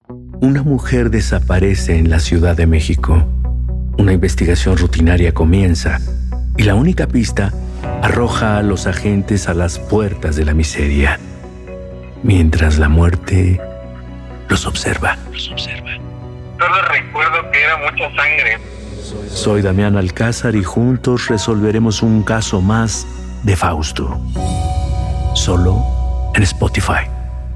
Una mujer desaparece en la Ciudad de México. Una investigación rutinaria comienza y la única pista arroja a los agentes a las puertas de la miseria, mientras la muerte los observa. Solo recuerdo que era mucha sangre. Soy Damián Alcázar y juntos resolveremos un caso más de Fausto. Solo en Spotify.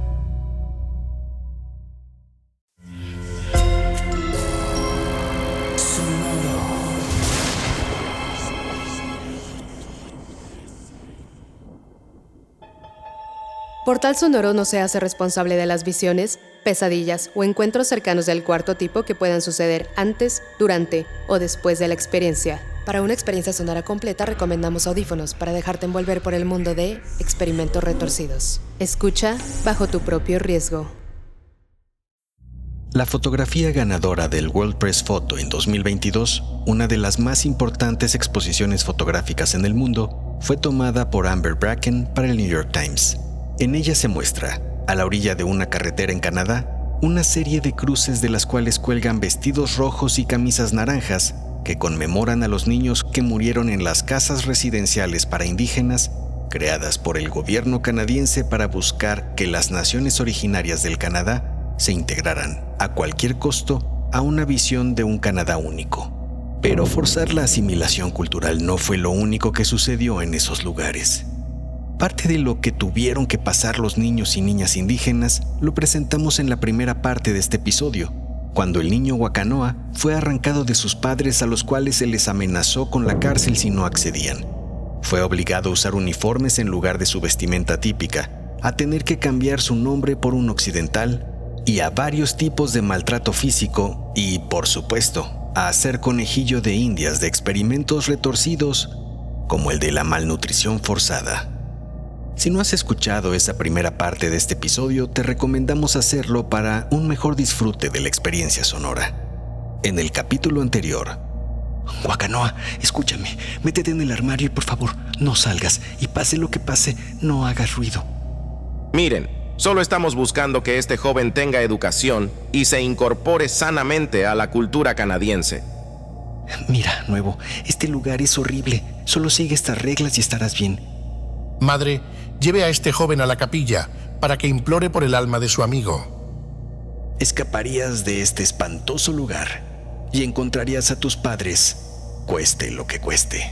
Portal Sonoro no se hace responsable de las visiones, pesadillas o encuentros cercanos del cuarto tipo que puedan suceder antes, durante o después de la experiencia. Para una experiencia sonora completa recomendamos audífonos para dejarte envolver por el mundo de experimentos retorcidos. Escucha bajo tu propio riesgo. La fotografía ganadora del World Press Photo en 2022, una de las más importantes exposiciones fotográficas en el mundo, fue tomada por Amber Bracken para el New York Times. En ella se muestra, a la orilla de una carretera en Canadá, una serie de cruces de las cuales cuelgan vestidos rojos y camisas naranjas que conmemoran a los niños que murieron en las casas residenciales para indígenas creadas por el gobierno canadiense para buscar que las naciones originarias del Canadá se integraran a cualquier costo a una visión de un Canadá único. Pero forzar la asimilación cultural no fue lo único que sucedió en esos lugares. Parte de lo que tuvieron que pasar los niños y niñas indígenas lo presentamos en la primera parte de este episodio, cuando el niño Wakanoa fue arrancado de sus padres a los cuales se les amenazó con la cárcel si no accedían. Fue obligado a usar uniformes en lugar de su vestimenta típica, a tener que cambiar su nombre por un occidental y a varios tipos de maltrato físico y, por supuesto, a hacer conejillo de indias de experimentos retorcidos como el de la malnutrición forzada. Si no has escuchado esa primera parte de este episodio, te recomendamos hacerlo para un mejor disfrute de la experiencia sonora. En el capítulo anterior, Wakanoa, escúchame, métete en el armario y por favor, no salgas y pase lo que pase, no hagas ruido. Miren, solo estamos buscando que este joven tenga educación y se incorpore sanamente a la cultura canadiense. Mira, nuevo, este lugar es horrible, solo sigue estas reglas y estarás bien. Madre, lleve a este joven a la capilla para que implore por el alma de su amigo. Escaparías de este espantoso lugar y encontrarías a tus padres, cueste lo que cueste.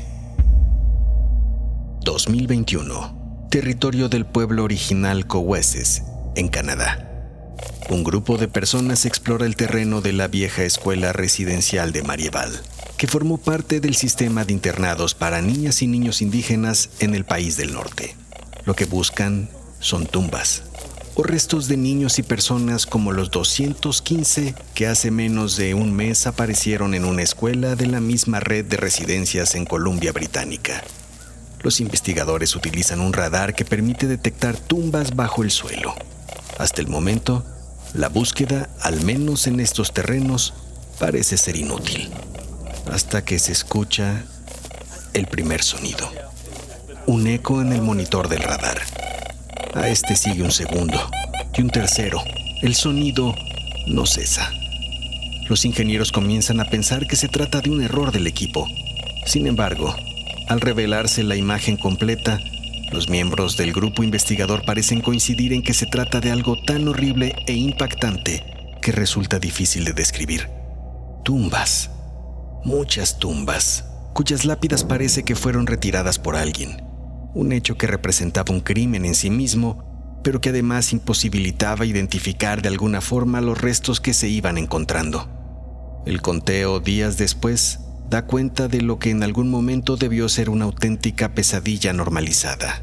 2021. Territorio del pueblo original Cowessess, en Canadá. Un grupo de personas explora el terreno de la vieja escuela residencial de Marieval, que formó parte del sistema de internados para niñas y niños indígenas en el país del norte. Lo que buscan son tumbas o restos de niños y personas como los 215 que hace menos de un mes aparecieron en una escuela de la misma red de residencias en Columbia Británica. Los investigadores utilizan un radar que permite detectar tumbas bajo el suelo. Hasta el momento, la búsqueda, al menos en estos terrenos, parece ser inútil. Hasta que se escucha el primer sonido. Un eco en el monitor del radar. A este sigue un segundo y un tercero. El sonido no cesa. Los ingenieros comienzan a pensar que se trata de un error del equipo. Sin embargo, al revelarse la imagen completa, los miembros del grupo investigador parecen coincidir en que se trata de algo tan horrible e impactante que resulta difícil de describir. Tumbas. Muchas tumbas, cuyas lápidas parece que fueron retiradas por alguien. Un hecho que representaba un crimen en sí mismo, pero que además imposibilitaba identificar de alguna forma los restos que se iban encontrando. El conteo días después da cuenta de lo que en algún momento debió ser una auténtica pesadilla normalizada.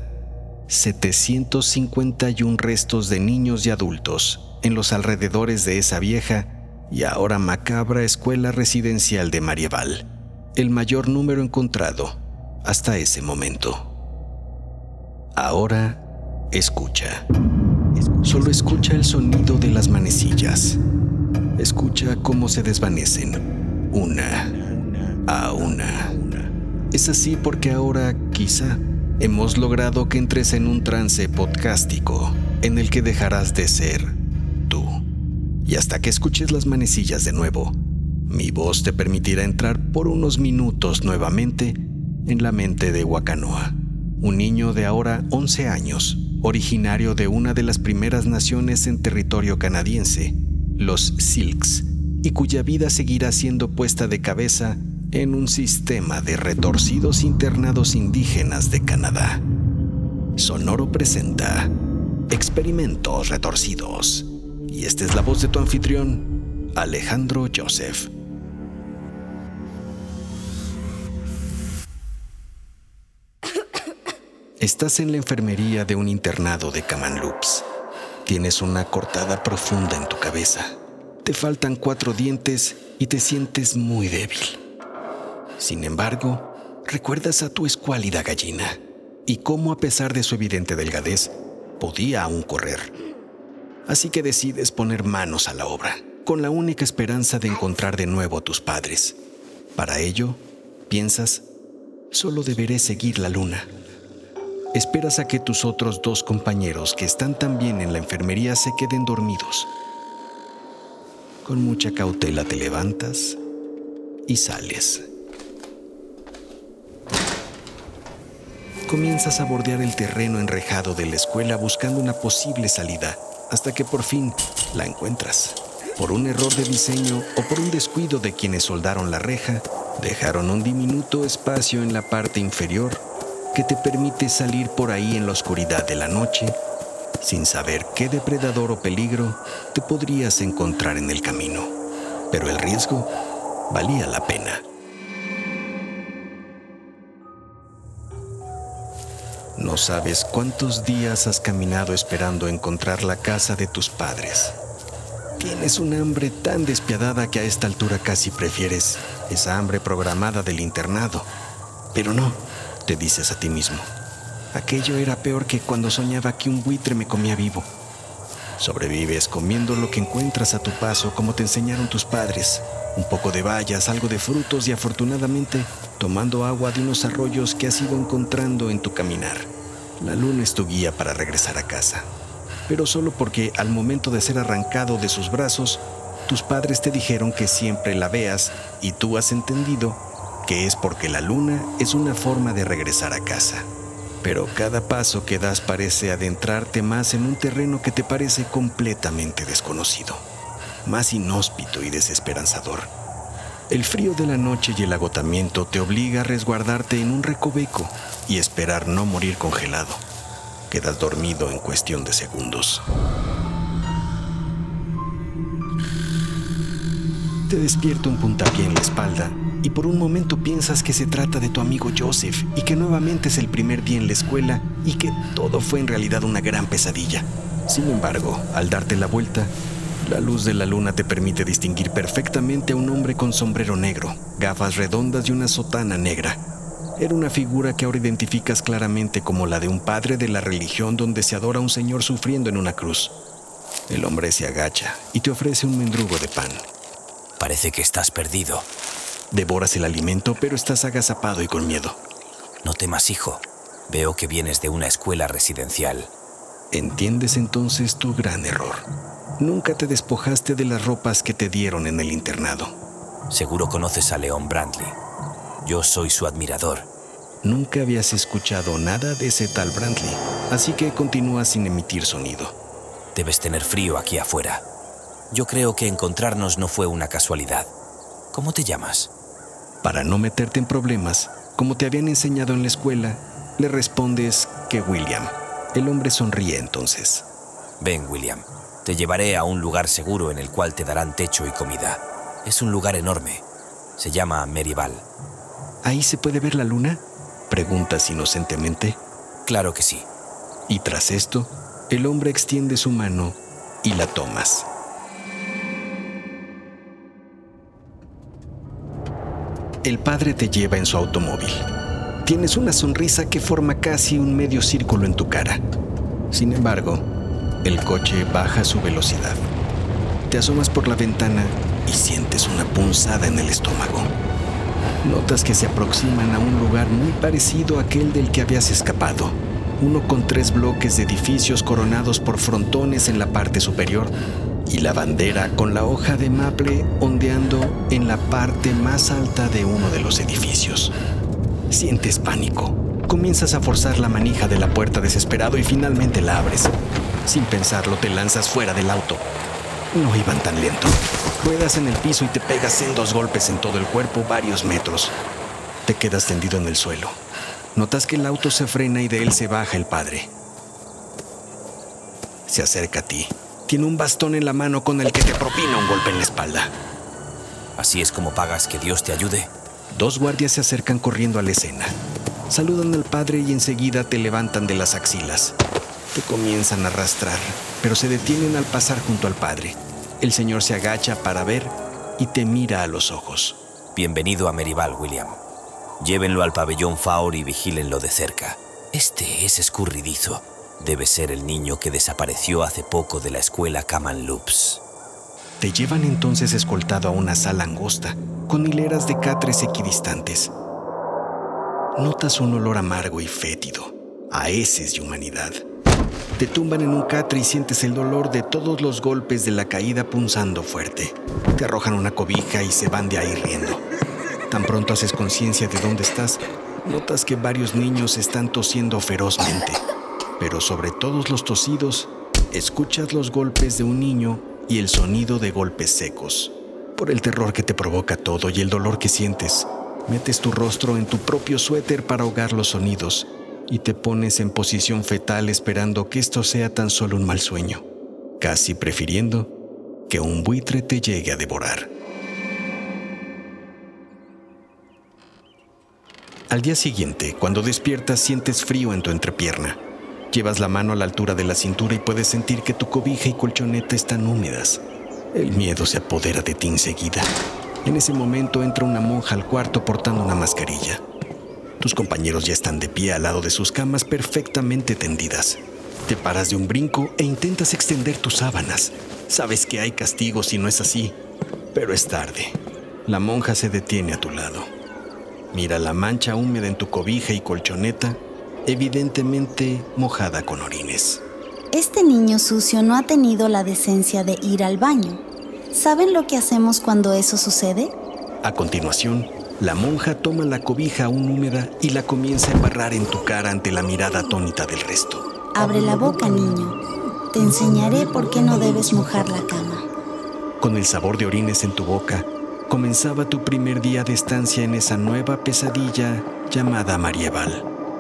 751 restos de niños y adultos en los alrededores de esa vieja y ahora macabra escuela residencial de Marieval, el mayor número encontrado hasta ese momento. Ahora escucha. Solo escucha el sonido de las manecillas. Escucha cómo se desvanecen, una a una. Es así porque ahora, quizá, hemos logrado que entres en un trance podcástico en el que dejarás de ser tú Y hasta que escuches las manecillas de nuevo, mi voz te permitirá entrar por unos minutos nuevamente en la mente de Wakanoa, un niño de ahora 11 años, originario de una de las primeras naciones en territorio canadiense, los Silks, y cuya vida seguirá siendo puesta de cabeza en un sistema de retorcidos internados indígenas de Canadá. Sonoro presenta Experimentos Retorcidos. Y esta es la voz de tu anfitrión, Alejandro Joseph. Estás en la enfermería de un internado de Kamloops. Tienes una cortada profunda en tu cabeza. Te faltan 4 dientes y te sientes muy débil. Sin embargo, recuerdas a tu escuálida gallina y cómo, a pesar de su evidente delgadez, podía aún correr. Así que decides poner manos a la obra, con la única esperanza de encontrar de nuevo a tus padres. Para ello, piensas, solo deberé seguir la luna. Esperas a que tus otros 2 compañeros que están también en la enfermería se queden dormidos. Con mucha cautela te levantas y sales. Comienzas a bordear el terreno enrejado de la escuela buscando una posible salida, hasta que por fin la encuentras. Por un error de diseño o por un descuido de quienes soldaron la reja, dejaron un diminuto espacio en la parte inferior que te permite salir por ahí en la oscuridad de la noche, sin saber qué depredador o peligro te podrías encontrar en el camino. Pero el riesgo valía la pena. No sabes cuántos días has caminado esperando encontrar la casa de tus padres. Tienes un hambre tan despiadada que a esta altura casi prefieres esa hambre programada del internado. Pero no, te dices a ti mismo. Aquello era peor que cuando soñaba que un buitre me comía vivo. Sobrevives comiendo lo que encuentras a tu paso, como te enseñaron tus padres. Un poco de bayas, algo de frutos y, afortunadamente, tomando agua de unos arroyos que has ido encontrando en tu caminar. La luna es tu guía para regresar a casa. Pero solo porque al momento de ser arrancado de sus brazos, tus padres te dijeron que siempre la veas y tú has entendido que es porque la luna es una forma de regresar a casa. Pero cada paso que das parece adentrarte más en un terreno que te parece completamente desconocido, más inhóspito y desesperanzador. El frío de la noche y el agotamiento te obliga a resguardarte en un recoveco y esperar no morir congelado. Quedas dormido en cuestión de segundos. Te despierta un puntapié en la espalda y por un momento piensas que se trata de tu amigo Joseph y que nuevamente es el primer día en la escuela y que todo fue en realidad una gran pesadilla. Sin embargo, al darte la vuelta, la luz de la luna te permite distinguir perfectamente a un hombre con sombrero negro, gafas redondas y una sotana negra. Era una figura que ahora identificas claramente como la de un padre de la religión donde se adora a un señor sufriendo en una cruz. El hombre se agacha y te ofrece un mendrugo de pan. Parece que estás perdido. Devoras el alimento, pero estás agazapado y con miedo. No temas, hijo. Veo que vienes de una escuela residencial. Entiendes entonces tu gran error. Nunca te despojaste de las ropas que te dieron en el internado. Seguro conoces a Leon Brantley. Yo soy su admirador. Nunca habías escuchado nada de ese tal Brantley, así que continúas sin emitir sonido. Debes tener frío aquí afuera. Yo creo que encontrarnos no fue una casualidad. ¿Cómo te llamas? Para no meterte en problemas, como te habían enseñado en la escuela, le respondes que William. El hombre sonríe entonces. Ven, William. Te llevaré a un lugar seguro en el cual te darán techo y comida. Es un lugar enorme. Se llama Marieval. ¿Ahí se puede ver la luna?, preguntas inocentemente. Claro que sí. Y tras esto, el hombre extiende su mano y la tomas. El padre te lleva en su automóvil. Tienes una sonrisa que forma casi un medio círculo en tu cara. Sin embargo, el coche baja su velocidad. Te asomas por la ventana y sientes una punzada en el estómago. Notas que se aproximan a un lugar muy parecido a aquel del que habías escapado. Uno con 3 bloques de edificios coronados por frontones en la parte superior y la bandera con la hoja de maple ondeando en la parte más alta de uno de los edificios. Sientes pánico. Comienzas a forzar la manija de la puerta desesperado y finalmente la abres. Sin pensarlo, te lanzas fuera del auto. No iban tan lento. Ruedas en el piso y te pegas sendos golpes en todo el cuerpo varios metros. Te quedas tendido en el suelo. Notas que el auto se frena y de él se baja el padre. Se acerca a ti. Tiene un bastón en la mano con el que te propina un golpe en la espalda. ¿Así es como pagas que Dios te ayude? 2 guardias se acercan corriendo a la escena. Saludan al padre y enseguida te levantan de las axilas. Te comienzan a arrastrar, pero se detienen al pasar junto al padre. El señor se agacha para ver y te mira a los ojos. Bienvenido a Merival, William. Llévenlo al pabellón Faur y vigílenlo de cerca. Este es escurridizo. Debe ser el niño que desapareció hace poco de la escuela Kamloops. Te llevan entonces escoltado a una sala angosta, con hileras de catres equidistantes. Notas un olor amargo y fétido, a heces de humanidad. Te tumban en un catre y sientes el dolor de todos los golpes de la caída punzando fuerte. Te arrojan una cobija y se van de ahí riendo. Tan pronto haces conciencia de dónde estás, notas que varios niños están tosiendo ferozmente. Pero sobre todos los tosidos, escuchas los golpes de un niño y el sonido de golpes secos. Por el terror que te provoca todo y el dolor que sientes, metes tu rostro en tu propio suéter para ahogar los sonidos y te pones en posición fetal esperando que esto sea tan solo un mal sueño, casi prefiriendo que un buitre te llegue a devorar. Al día siguiente, cuando despiertas, sientes frío en tu entrepierna. Llevas la mano a la altura de la cintura y puedes sentir que tu cobija y colchoneta están húmedas. El miedo se apodera de ti enseguida. En ese momento entra una monja al cuarto portando una mascarilla. Tus compañeros ya están de pie al lado de sus camas perfectamente tendidas. Te paras de un brinco e intentas extender tus sábanas. Sabes que hay castigo si no es así, pero es tarde. La monja se detiene a tu lado. Mira la mancha húmeda en tu cobija y colchoneta, evidentemente mojada con orines. Este niño sucio no ha tenido la decencia de ir al baño. ¿Saben lo que hacemos cuando eso sucede? A continuación, la monja toma la cobija aún húmeda y la comienza a embarrar en tu cara ante la mirada atónita del resto. Abre la boca, niño. Te enseñaré por qué no debes mojar la cama. Con el sabor de orines en tu boca, comenzaba tu primer día de estancia en esa nueva pesadilla llamada Marieval.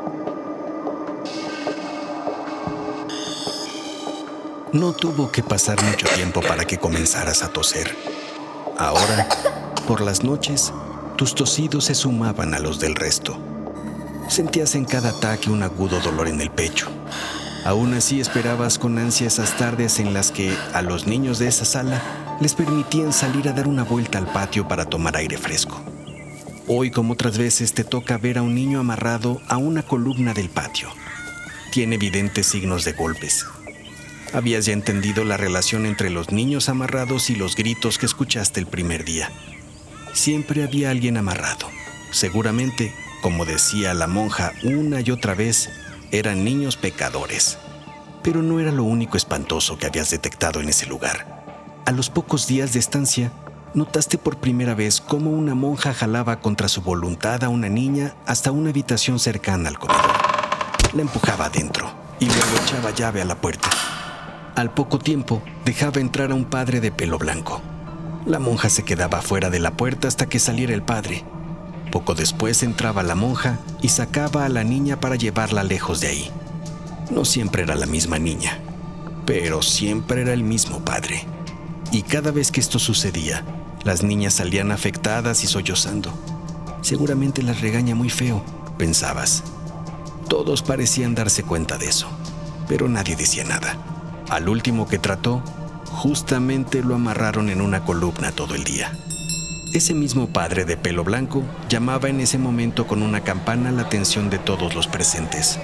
No tuvo que pasar mucho tiempo para que comenzaras a toser. Ahora, por las noches, tus tosidos se sumaban a los del resto. Sentías en cada ataque un agudo dolor en el pecho. Aún así esperabas con ansia esas tardes en las que a los niños de esa sala les permitían salir a dar una vuelta al patio para tomar aire fresco. Hoy, como otras veces, te toca ver a un niño amarrado a una columna del patio. Tiene evidentes signos de golpes. Habías ya entendido la relación entre los niños amarrados y los gritos que escuchaste el primer día. Siempre había alguien amarrado. Seguramente, como decía la monja una y otra vez, eran niños pecadores. Pero no era lo único espantoso que habías detectado en ese lugar. A los pocos días de estancia, notaste por primera vez cómo una monja jalaba contra su voluntad a una niña hasta una habitación cercana al comedor. La empujaba adentro y luego echaba llave a la puerta. Al poco tiempo, dejaba entrar a un padre de pelo blanco. La monja se quedaba fuera de la puerta hasta que saliera el padre. Poco después entraba la monja y sacaba a la niña para llevarla lejos de ahí. No siempre era la misma niña, pero siempre era el mismo padre. Y cada vez que esto sucedía, las niñas salían afectadas y sollozando. Seguramente las regaña muy feo, pensabas. Todos parecían darse cuenta de eso, pero nadie decía nada. Al último que trató, justamente lo amarraron en una columna todo el día. Ese mismo padre de pelo blanco llamaba en ese momento con una campana la atención de todos los presentes.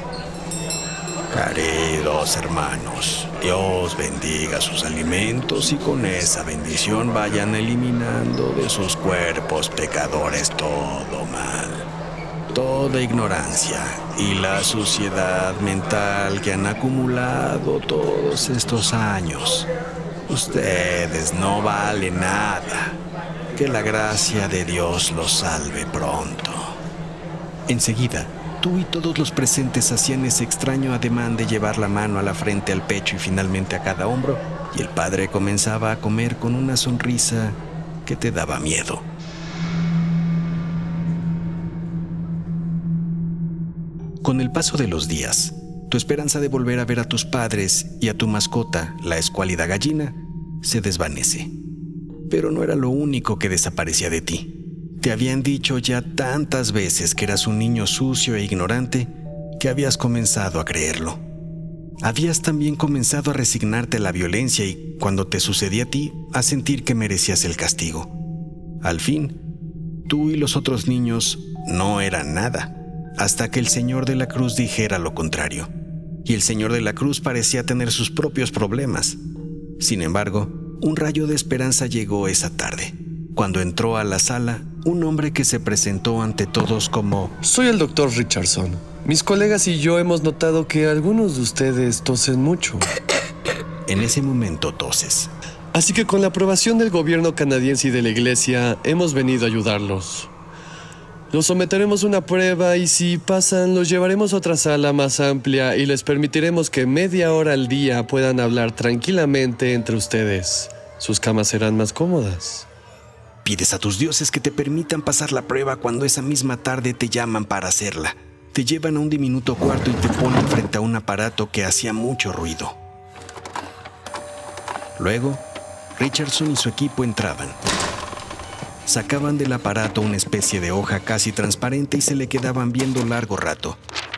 Queridos hermanos, Dios bendiga sus alimentos y con esa bendición vayan eliminando de sus cuerpos pecadores todo mal, toda ignorancia y la suciedad mental que han acumulado todos estos años. Ustedes no valen nada. Que la gracia de Dios los salve pronto. Enseguida, tú y todos los presentes hacían ese extraño ademán de llevar la mano a la frente, al pecho y finalmente a cada hombro, y el padre comenzaba a comer con una sonrisa que te daba miedo. Con el paso de los días, tu esperanza de volver a ver a tus padres y a tu mascota, la escuálida gallina, se desvanece. Pero no era lo único que desaparecía de ti. Te habían dicho ya tantas veces que eras un niño sucio e ignorante que habías comenzado a creerlo. Habías también comenzado a resignarte a la violencia y, cuando te sucedía a ti, a sentir que merecías el castigo. Al fin, tú y los otros niños no eran nada, hasta que el Señor de la Cruz dijera lo contrario. Y el Señor de la Cruz parecía tener sus propios problemas. Sin embargo, un rayo de esperanza llegó esa tarde, cuando entró a la sala un hombre que se presentó ante todos como: Soy el Dr. Richardson. Mis colegas y yo hemos notado que algunos de ustedes tosen mucho. En ese momento toses. Así que con la aprobación del gobierno canadiense y de la iglesia, hemos venido a ayudarlos. Los someteremos a una prueba y si pasan, los llevaremos a otra sala más amplia y les permitiremos que media hora al día puedan hablar tranquilamente entre ustedes. Sus camas serán más cómodas. Pides a tus dioses que te permitan pasar la prueba cuando esa misma tarde te llaman para hacerla. Te llevan a un diminuto cuarto y te ponen frente a un aparato que hacía mucho ruido. Luego, Richardson y su equipo entraban. Sacaban del aparato una especie de hoja casi transparente y se le quedaban viendo largo rato.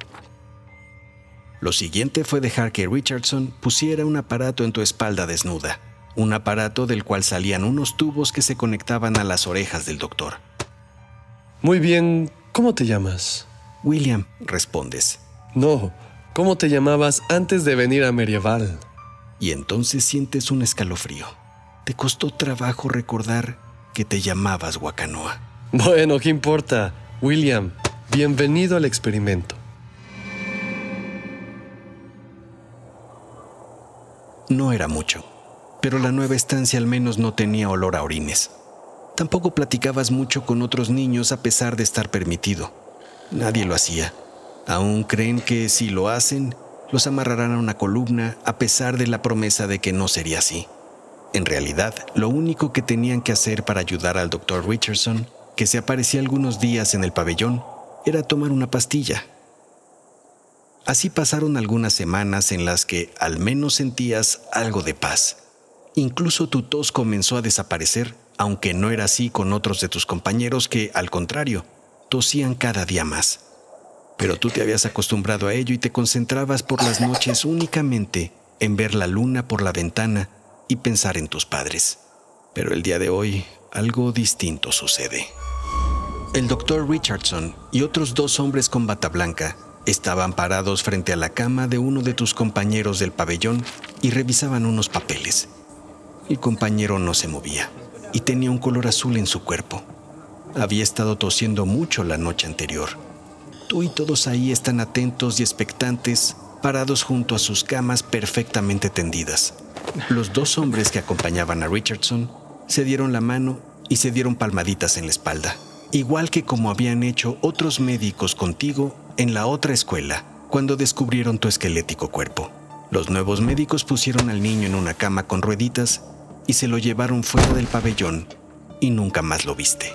Lo siguiente fue dejar que Richardson pusiera un aparato en tu espalda desnuda. Un aparato del cual salían unos tubos que se conectaban a las orejas del doctor. Muy bien, ¿cómo te llamas? William, respondes. No, ¿cómo te llamabas antes de venir a Medieval? Y entonces sientes un escalofrío. Te costó trabajo recordar que te llamabas Wakanoa. Bueno, ¿qué importa? William, bienvenido al experimento. No era mucho, pero la nueva estancia al menos no tenía olor a orines. Tampoco platicabas mucho con otros niños a pesar de estar permitido. Nadie lo hacía. Aún creen que si lo hacen, los amarrarán a una columna a pesar de la promesa de que no sería así. En realidad, lo único que tenían que hacer para ayudar al Dr. Richardson, que se aparecía algunos días en el pabellón, era tomar una pastilla. Así pasaron algunas semanas en las que al menos sentías algo de paz. Incluso tu tos comenzó a desaparecer, aunque no era así con otros de tus compañeros que, al contrario, tosían cada día más. Pero tú te habías acostumbrado a ello y te concentrabas por las noches únicamente en ver la luna por la ventana y pensar en tus padres. Pero el día de hoy, algo distinto sucede. El Dr. Richardson y otros 2 hombres con bata blanca estaban parados frente a la cama de uno de tus compañeros del pabellón y revisaban unos papeles. El compañero no se movía y tenía un color azul en su cuerpo. Había estado tosiendo mucho la noche anterior. Tú y todos ahí están atentos y expectantes, parados junto a sus camas perfectamente tendidas. Los 2 hombres que acompañaban a Richardson se dieron la mano y se dieron palmaditas en la espalda, igual que como habían hecho otros médicos contigo en la otra escuela cuando descubrieron tu esquelético cuerpo. Los nuevos médicos pusieron al niño en una cama con rueditas y se lo llevaron fuera del pabellón y nunca más lo viste.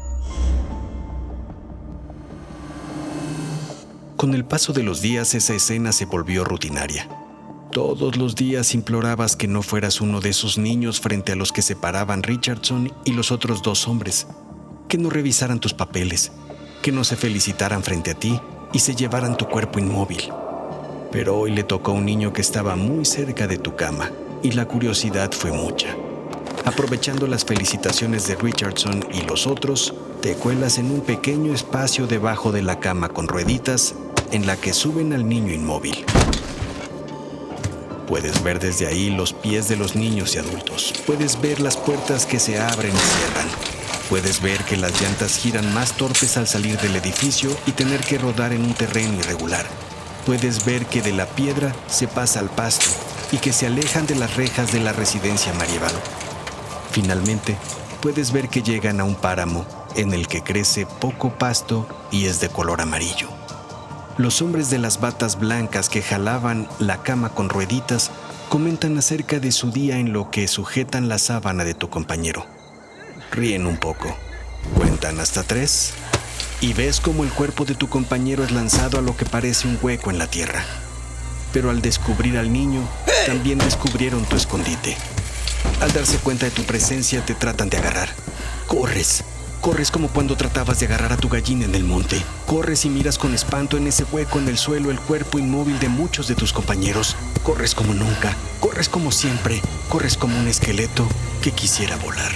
Con el paso de los días, esa escena se volvió rutinaria. Todos los días implorabas que no fueras uno de esos niños frente a los que se paraban Richardson y los otros 2 hombres, que no revisaran tus papeles, que no se felicitaran frente a ti y se llevaran tu cuerpo inmóvil. Pero hoy le tocó a un niño que estaba muy cerca de tu cama y la curiosidad fue mucha. Aprovechando las felicitaciones de Richardson y los otros, te cuelas en un pequeño espacio debajo de la cama con rueditas en la que suben al niño inmóvil. Puedes ver desde ahí los pies de los niños y adultos. Puedes ver las puertas que se abren y cierran. Puedes ver que las llantas giran más torpes al salir del edificio y tener que rodar en un terreno irregular. Puedes ver que de la piedra se pasa al pasto y que se alejan de las rejas de la residencia Marieval. Finalmente, puedes ver que llegan a un páramo en el que crece poco pasto y es de color amarillo. Los hombres de las batas blancas que jalaban la cama con rueditas comentan acerca de su día en lo que sujetan la sábana de tu compañero. Ríen un poco, cuentan hasta 3 y ves como el cuerpo de tu compañero es lanzado a lo que parece un hueco en la tierra. Pero al descubrir al niño, también descubrieron tu escondite. Al darse cuenta de tu presencia, te tratan de agarrar. Corres como cuando tratabas de agarrar a tu gallina en el monte. Corres y miras con espanto en ese hueco en el suelo el cuerpo inmóvil de muchos de tus compañeros. Corres como nunca, corres como siempre, corres como un esqueleto que quisiera volar.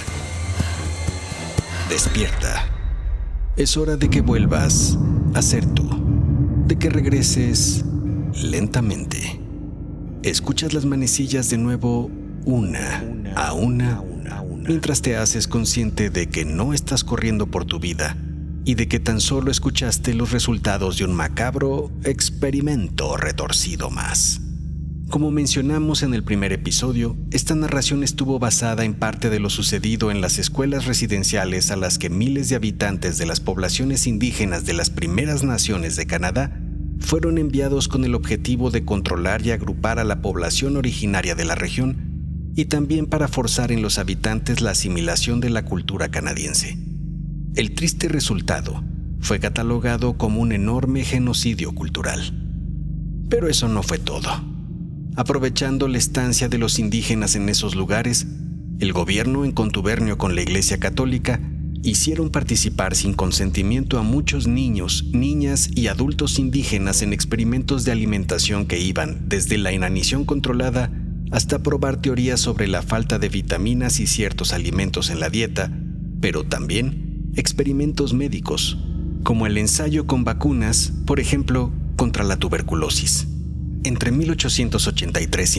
Despierta. Es hora de que vuelvas a ser tú, de que regreses lentamente. Escuchas las manecillas de nuevo una a una, mientras te haces consciente de que no estás corriendo por tu vida y de que tan solo escuchaste los resultados de un macabro experimento retorcido más. Como mencionamos en el primer episodio, esta narración estuvo basada en parte de lo sucedido en las escuelas residenciales a las que miles de habitantes de las poblaciones indígenas de las primeras naciones de Canadá fueron enviados con el objetivo de controlar y agrupar a la población originaria de la región y también para forzar en los habitantes la asimilación de la cultura canadiense. El triste resultado fue catalogado como un enorme genocidio cultural. Pero eso no fue todo. Aprovechando la estancia de los indígenas en esos lugares, el gobierno, en contubernio con la Iglesia Católica, hicieron participar sin consentimiento a muchos niños, niñas y adultos indígenas en experimentos de alimentación que iban desde la inanición controlada hasta probar teorías sobre la falta de vitaminas y ciertos alimentos en la dieta, pero también experimentos médicos, como el ensayo con vacunas, por ejemplo, contra la tuberculosis. Entre 1883 y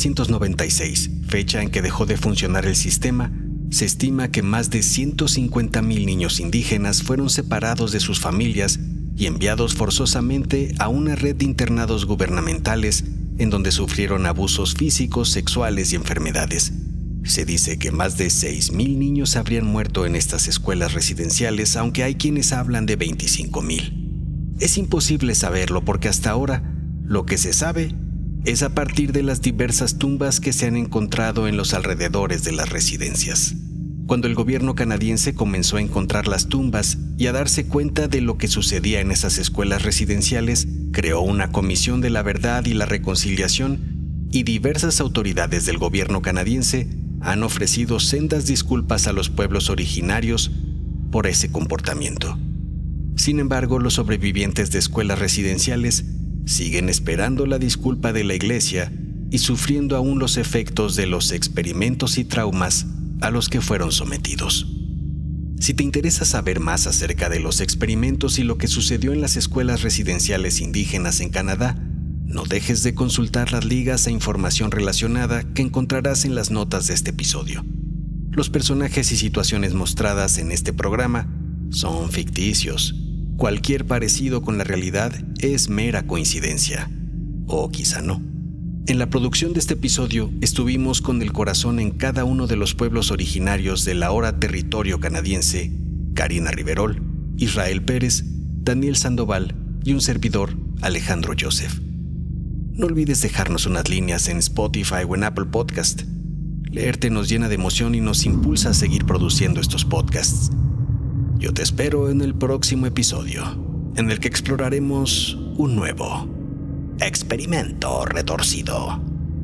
1996, fecha en que dejó de funcionar el sistema, se estima que más de 150,000 niños indígenas fueron separados de sus familias y enviados forzosamente a una red de internados gubernamentales en donde sufrieron abusos físicos, sexuales y enfermedades. Se dice que más de 6,000 niños habrían muerto en estas escuelas residenciales, aunque hay quienes hablan de 25,000. Es imposible saberlo porque hasta ahora lo que se sabe es a partir de las diversas tumbas que se han encontrado en los alrededores de las residencias. Cuando el gobierno canadiense comenzó a encontrar las tumbas y a darse cuenta de lo que sucedía en esas escuelas residenciales, creó una comisión de la verdad y la reconciliación, y diversas autoridades del gobierno canadiense han ofrecido sendas disculpas a los pueblos originarios por ese comportamiento. Sin embargo, los sobrevivientes de escuelas residenciales siguen esperando la disculpa de la Iglesia y sufriendo aún los efectos de los experimentos y traumas a los que fueron sometidos. Si te interesa saber más acerca de los experimentos y lo que sucedió en las escuelas residenciales indígenas en Canadá, no dejes de consultar las ligas e información relacionada que encontrarás en las notas de este episodio. Los personajes y situaciones mostradas en este programa son ficticios. Cualquier parecido con la realidad es mera coincidencia. O quizá no. En la producción de este episodio estuvimos con el corazón en cada uno de los pueblos originarios del ahora territorio canadiense: Karina Riverol, Israel Pérez, Daniel Sandoval y un servidor, Alejandro Joseph. No olvides dejarnos unas líneas en Spotify o en Apple Podcast. Leerte nos llena de emoción y nos impulsa a seguir produciendo estos podcasts. Yo te espero en el próximo episodio, en el que exploraremos un nuevo experimento retorcido.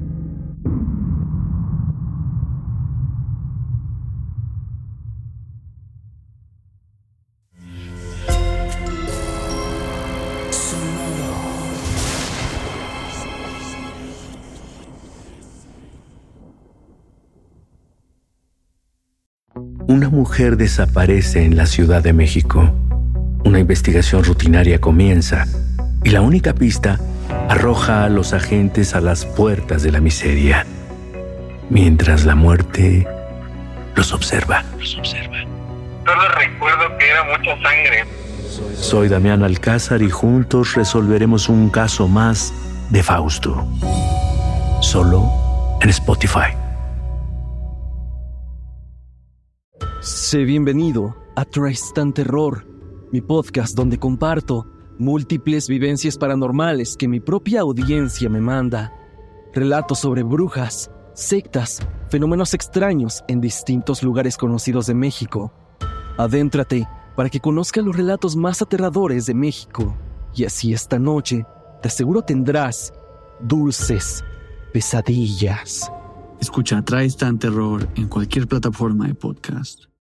Una mujer desaparece en la Ciudad de México. Una investigación rutinaria comienza y la única pista arroja a los agentes a las puertas de la miseria, mientras la muerte los observa. Solo recuerdo que era mucha sangre. Soy Damián Alcázar y juntos resolveremos un caso más de Fausto. solo en Spotify. Sé bienvenido a Tristan Terror, mi podcast donde comparto múltiples vivencias paranormales que mi propia audiencia me manda. Relatos sobre brujas, sectas, fenómenos extraños en distintos lugares conocidos de México. Adéntrate para que conozcas los relatos más aterradores de México. Y así esta noche, te aseguro tendrás dulces pesadillas. Escucha Tristan Terror en cualquier plataforma de podcast.